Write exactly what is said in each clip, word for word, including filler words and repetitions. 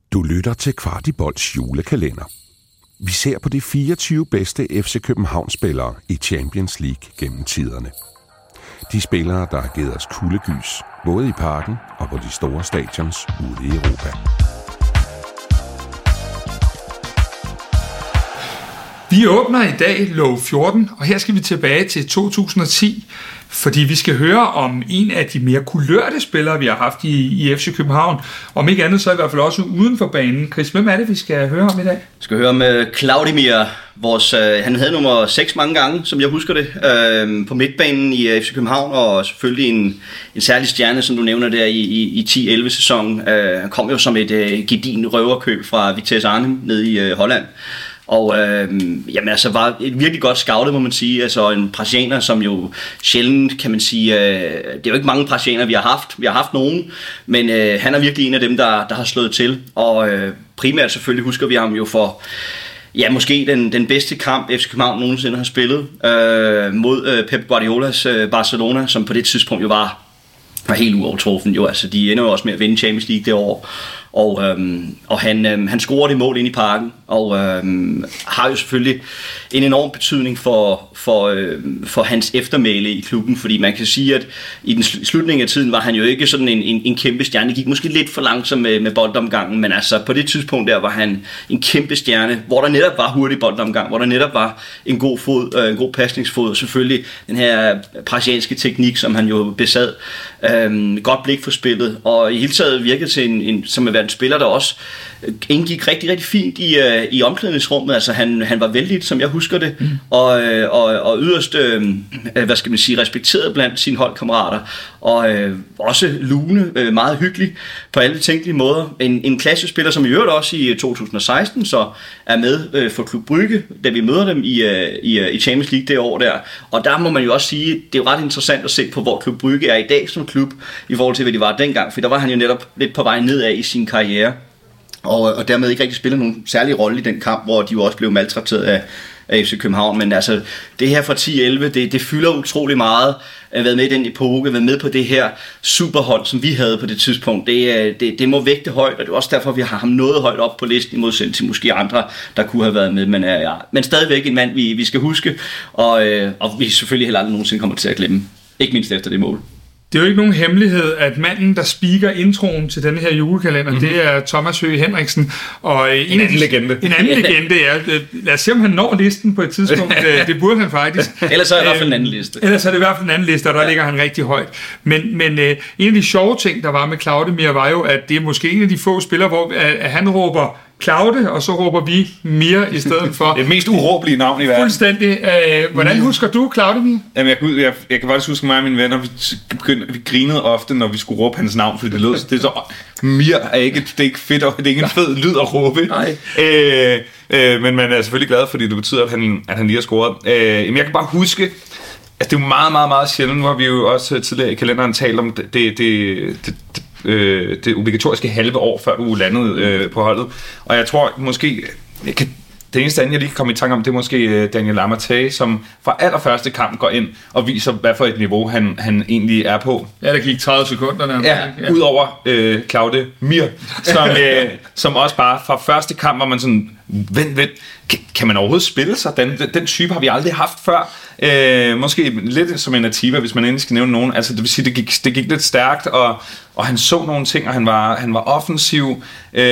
Du lytter til Kvartibolds julekalender. Vi ser på de fireogtyve bedste F C København-spillere i Champions League gennem tiderne. De spillere, der har givet os kuldegys, både i parken og på de store stadions ude i Europa. Vi åbner i dag lov fjorten, og her skal vi tilbage til to tusind og ti, fordi vi skal høre om en af de mere kulørte spillere, vi har haft i, i F C København. Om ikke andet, så i hvert fald også uden for banen. Chris, hvem er det, vi skal høre om i dag? Vi skal høre om uh, Claudimir. Vores, uh, han havde nummer seks mange gange, som jeg husker det, uh, på midtbanen i uh, F C København, og selvfølgelig en, en særlig stjerne, som du nævner der i, i, i ti elleve sæsonen. Uh, han kom jo som et uh, gedin røverkøb fra Vitesse Arnhem nede i uh, Holland. Og øh, jamen, altså, var et virkelig godt scoutet, må man sige. Altså en brasilianer, som jo sjældent, kan man sige, øh, det er jo ikke mange brasilianere, vi har haft. Vi har haft nogen, men øh, han er virkelig en af dem, der, der har slået til. Og øh, primært selvfølgelig husker vi ham jo for, ja, måske den, den bedste kamp, F C København nogensinde har spillet, øh, mod øh, Pep Guardiolas øh, Barcelona, som på det tidspunkt jo var, var helt uovertruffen. Jo, altså, de ender jo også med at vinde Champions League det år. Og, øhm, og han, øhm, han scorer det mål ind i parken, og øhm, har jo selvfølgelig en enorm betydning for, for, øhm, for hans eftermæle i klubben, fordi man kan sige, at i den slutning af tiden var han jo ikke sådan en, en, en kæmpe stjerne. Det gik måske lidt for langsomt med, med boldomgangen, men altså på det tidspunkt der var han en kæmpe stjerne, hvor der netop var hurtig boldomgang, hvor der netop var en god fod, øh, en god pasningsfod, og selvfølgelig den her brasilianske teknik, som han jo besad. Øhm, godt blik for spillet, og i hele taget virkede til en, en som at være en spiller, der også indgik rigtig, rigtig fint i, uh, i omklædningsrummet. Altså han, han var vældig, som jeg husker det, mm. og, og, og yderst, øh, hvad skal man sige, respekteret blandt sine holdkammerater, og øh, også lune, øh, meget hyggelig på alle tænkelige måder. En, en klassespiller, som i øvrigt også i to tusind og seksten så er med øh, for Klub Brygge, da vi møder dem i, øh, i, i Champions League det år der. Og der må man jo også sige, det er jo ret interessant at se på, hvor Klub Brygge er i dag som klub, i forhold til, hvad de var dengang, for der var han jo netop lidt på vej nedad i sin karriere, og, og dermed ikke rigtig spillet nogen særlig rolle i den kamp, hvor de jo også blev maltrakteret af, af F C København. Men altså, det her fra ti elleve, det, det fylder utrolig meget, at være med i den epoke, være med på det her superhold, som vi havde på det tidspunkt. Det, det, det må vægte højt, og det er også derfor, vi har ham noget højt op på listen, i modsætning til måske andre, der kunne have været med. Men, ja, men stadigvæk en mand, vi, vi skal huske, og, og vi selvfølgelig heller aldrig nogensinde kommer til at glemme. Ikke mindst efter det mål. Det er jo ikke nogen hemmelighed, at manden, der speaker introen til denne her julekalender, mm-hmm. det er Thomas Høgh Henriksen. Og en, en anden de, legende. En anden legende, ja. Lad os se, om han når listen på et tidspunkt. Det burde han faktisk. Ellers er det i hvert fald en anden liste. Ellers er det i hvert fald en anden liste, og der ja. ligger han rigtig højt. Men, men uh, en af de sjove ting, der var med Claudimir, var jo, at det er måske en af de få spillere, hvor at han råber Claude, og så råber vi Mir i stedet for. Det mest uråbelige navn i verden. Fuldstændig. Øh, hvordan husker du Claudimir? Jamen, jeg, jeg, jeg kan faktisk huske mig og mine venner, vi, begyndte, vi grinede ofte, når vi skulle råbe hans navn, fordi det lød, det er så, Mir er ikke, det er ikke fedt, og det er ikke en fed lyd at råbe. Nej. Øh, øh, men man er selvfølgelig glad, fordi det betyder, at han, at han lige har scoret. Øh, jamen, jeg kan bare huske, altså det er jo meget, meget, meget sjældent, hvor vi jo også tidligere i kalenderen talt om det, det, det, det Øh, det obligatoriske halve år, før du landede øh, på holdet. Og jeg tror måske, jeg kan, det eneste andet, jeg lige kan komme i tanke om, det er måske øh, Daniel Amartey, som fra allerførste kamp går ind og viser, hvad for et niveau han, han egentlig er på. Ja, der gik tredive sekunder nærmest. Ja, ja. Udover øh, Claudimir, som, øh, som også bare fra første kamp, hvor man sådan, vent, vent, kan, kan man overhovedet spille sig? Den, den, den type har vi aldrig haft før. Øh, måske lidt som en Nativa, hvis man endelig skal nævne nogen. Altså, det vil sige, det gik, det gik lidt stærkt, og, og han så nogle ting, og han var, han var offensiv.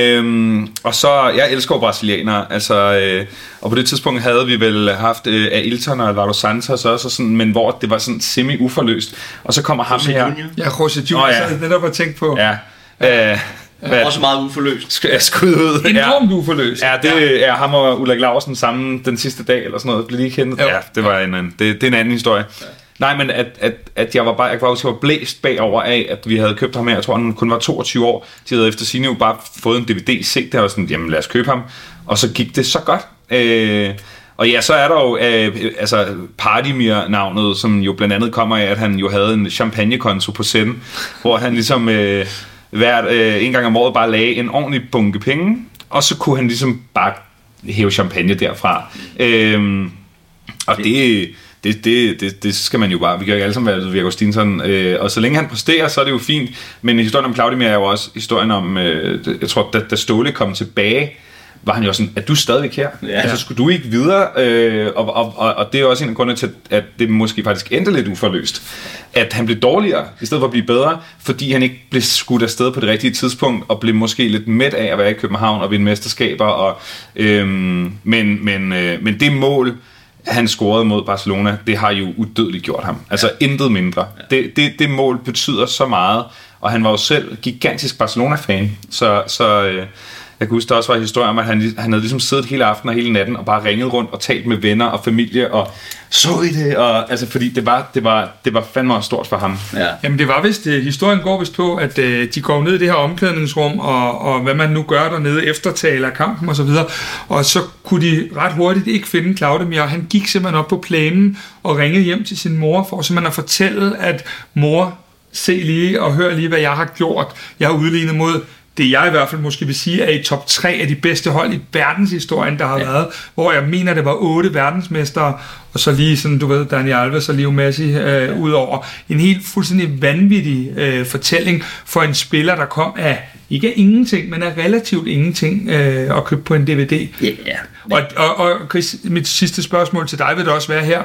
Øh, og så, jeg elsker jo brasilianere, altså, øh, og på det tidspunkt havde vi vel haft øh, Ailton og Eduardo Santos også, og sådan, men hvor det var sådan semi-uforløst. Og så kommer ham her. Ja, José Junior, oh, ja. Så netop at tænke på. Ja, øh, Ja. Også meget uforløst. Sk- jeg skud ud. Enormt uforløst. Ja, det er ham og Ulrik Laursen sammen den sidste dag eller sådan noget. Blev lige kendt. Ja, det var en anden. Det, det er en anden historie. Ja. Nej, men at, at, at jeg var bare, jeg var også blæst bagover af, at vi havde købt ham her. Jeg tror, han kun var toogtyve år. De havde efter sine jo bare fået en D V D, set det og sådan, jamen lad os købe ham. Og så gik det så godt. Øh, og ja, så er der jo øh, altså Partymir-navnet, som jo blandt andet kommer af, at han jo havde en champagnekonto på Zen, hvor han ligesom øh, hvert øh, en gang om året bare lagde en ordentlig bunke penge, og så kunne han ligesom bare hæve champagne derfra. Øh, og det, det, det, det, det skal man jo bare, vi kan jo alle sammen være Ludvig Augustinsson, øh, og så længe han præsterer, så er det jo fint, men historien om Claudemir er jo også historien om, øh, jeg tror, da, da Ståle kom tilbage, var han jo sådan, at du er stadigvæk her? Ja. Altså, skulle du ikke videre? Øh, og, og, og, og det er også en af grundene til, at det måske faktisk endte lidt uforløst. At han blev dårligere, i stedet for at blive bedre, fordi han ikke blev skudt afsted på det rigtige tidspunkt, og blev måske lidt mæt af at være i København og vinde mesterskaber. Og, øh, men, men, øh, men det mål, han scorede mod Barcelona, det har jo udødeligt gjort ham. Altså ja. intet mindre. Ja. Det, det, det mål betyder så meget, og han var jo selv gigantisk Barcelona-fan, så... så øh, jeg kan huske, der også var historie om, at han, han havde ligesom siddet hele aftenen og hele natten og bare ringet rundt og talt med venner og familie og så i det, og, altså, fordi det var, det var, det var fandme også stort for ham. Ja. Jamen det var vist, historien går vist på, at øh, de går ned i det her omklædningsrum, og, og hvad man nu gør dernede, eftertaler kampen og så videre, og så kunne de ret hurtigt ikke finde Claudemir, og han gik simpelthen op på planen og ringede hjem til sin mor, for simpelthen at fortælle, at mor, se lige og hør lige, hvad jeg har gjort. Jeg har udlignet mod det jeg i hvert fald måske vil sige, er i top tre af de bedste hold i verdenshistorien, der har ja. været, hvor jeg mener, det var otte verdensmestere, og så lige sådan, du ved, Dani Alves og Leo Messi øh, udover. En helt fuldstændig vanvittig øh, fortælling for en spiller, der kom af, ikke af ingenting, men af relativt ingenting øh, og købte på en D V D. Yeah. Og, og, og Chris, mit sidste spørgsmål til dig vil det også være her.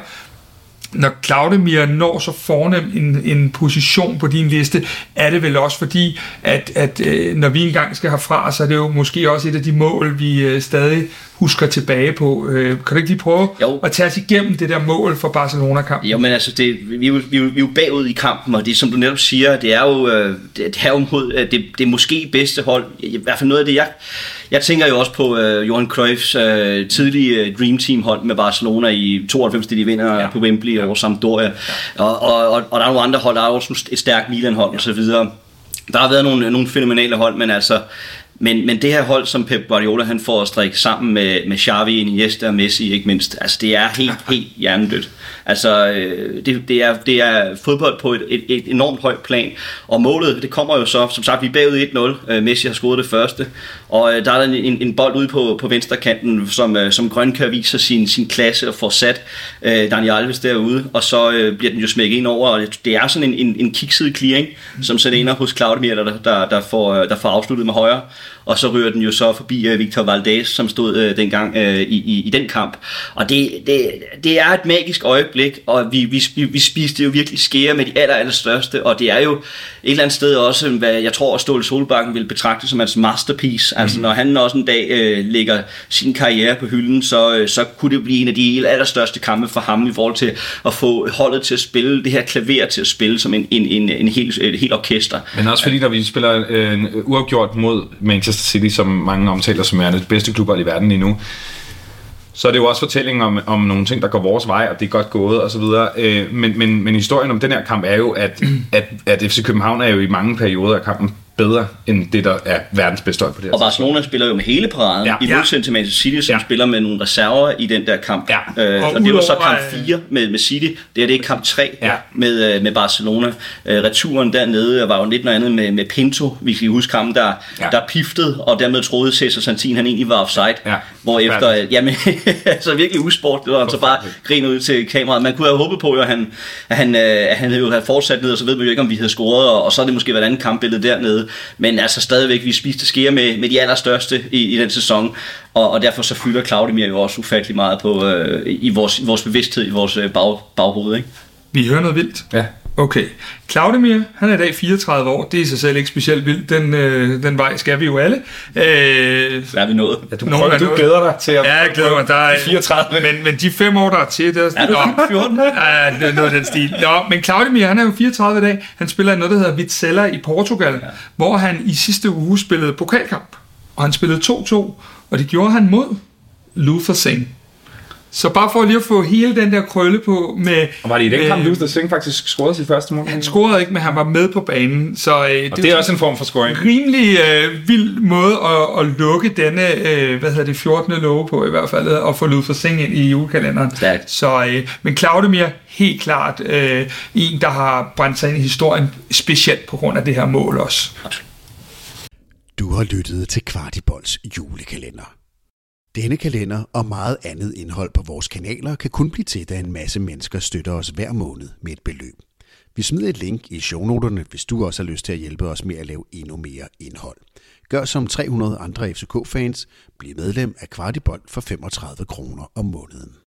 Når Claudemir når så fornem en, en position på din liste, er det vel også fordi, at, at øh, når vi engang skal herfra, så er det jo måske også et af de mål, vi øh, stadig husker tilbage på. Øh, kan du ikke lige prøve jo. at tage os igennem det der mål for Barcelona-kampen? Jo, men altså, det, vi, er jo, vi, er jo, vi er jo bagud i kampen, og det som du netop siger, det er jo, øh, det er jo mod, det, det er måske bedste hold. I hvert fald noget af det, jeg... Jeg tænker jo også på øh, Johan Cruyffs øh, tidlige øh, Dream Team hold med Barcelona i tooghalvfems, det de vinder ja. på Wembley og Sampdoria. Og, og, og, og der er nogle andre hold, der er også et stærkt Milan-hold ja. og så videre. Der har været nogle, nogle fænomenale hold, men altså... Men, men det her hold, som Pep Guardiola han får at strikke sammen med, med Xavi, Iniesta og Messi, ikke mindst, altså det er helt, helt hjernedødt. Altså det, det, er, det er fodbold på et, et, et enormt højt plan, og målet, det kommer jo så, som sagt, vi er bagud et nul, Messi har scoret det første, og der er en, en bold ude på, på venstrekanten, som, som Grønkær viser sin, sin klasse og får sat uh, Dani Alves derude, og så uh, bliver den jo smækket ind over, og det er sådan en, en, en kikset clearing, som sætter ind hos Claudemir, der, der, der, får, der får afsluttet med højre. Og så rører den jo så forbi uh, Victor Valdés, som stod uh, dengang uh, i, i, i den kamp. Og det, det, det er et magisk øjeblik, og vi, vi, vi spiste jo virkelig skære med de aller, aller største, og det er jo et eller andet sted også, hvad jeg tror, at Ståle Solbakken vil betragte som hans masterpiece. Altså når han også en dag uh, lægger sin karriere på hylden, så, uh, så kunne det blive en af de allerstørste kampe for ham i forhold til at få holdet til at spille, det her klaver til at spille som en, en, en, en hel, et helt orkester. Men også fordi, når vi spiller uh, uafgjort mod Manchester City, som mange omtaler som er det bedste klubhold i verden lige nu, så er det jo også fortælling om, om nogle ting, der går vores vej, og det er godt gået, og så videre. Øh, men, men, men historien om den her kamp er jo, at, at, at F C København er jo i mange perioder af kampen bedre end det, der er verdens bedste hold på det her. Og Barcelona spiller jo med hele paraden, ja. i modsætning til Manchester City, som ja. spiller med nogle reserver i den der kamp. Ja. Øh, og, og det var så kamp fire med, med City. Det er det kamp tre ja. med, med Barcelona. Øh, returen dernede var jo lidt noget andet med, med Pinto. Vi kan huske ham, der, ja. der piftede, og dermed troede Cesar Santin, han egentlig var offside. Ja. Hvor efter, jamen, altså virkelig usport, det var han så bare griner ud til kameraet. Man kunne have håbet på, at han, at han, at han jo havde fortsat ned, og så ved man jo ikke, om vi havde scoret, og, og så er det måske været et andet kampbillede dernede. Men altså stadigvæk, vi spiste skære med, med de allerstørste i, i den sæson, og, og derfor så fylder Claudemir jo også ufattelig meget på, øh, i vores, vores bevidsthed, i vores bag, baghoved, ikke? Vi hører noget vildt. Ja. Okay. Claudemir, han er i dag fireogtredive år. Det er i sig selv ikke specielt vildt. Den, øh, den vej skal vi jo alle. Øh, Hvad er vi nået? Ja, du, prøver, du glæder dig til at... Ja, jeg glæder mig. Der er, fireogtredive. Men, men de fem år, der er til... Der, er du fjorten? Ja, det er noget af den stil. Nå, men Claudemir, han er jo fireogtredive i dag. Han spiller i noget, der hedder Vizela i Portugal, ja. hvor han i sidste uge spillede pokalkamp. Og han spillede to to, og det gjorde han mod Luther Singh. Så bare for lige at få hele den der krølle på med... Og var det i den kamp, Luther Singh faktisk scorede sit første mål? Han scorede ikke, men han var med på banen. Så, øh, det, det er også en form for scoring. Rimelig øh, vild måde at, at lukke denne, øh, hvad hedder det, fjortende love på i hvert fald, og få Luther Singh ind i julekalenderen. Stærkt. Så, øh, men Claudemir, helt klart øh, en, der har brændt sig ind i historien, specielt på grund af det her mål også. Du har lyttet til Kvartibolds julekalender. Denne kalender og meget andet indhold på vores kanaler kan kun blive til, da en masse mennesker støtter os hver måned med et beløb. Vi smider et link i shownoterne, hvis du også har lyst til at hjælpe os med at lave endnu mere indhold. Gør som tre hundrede andre F C K-fans. Bliv medlem af Kvartibold for femogtredive kroner om måneden.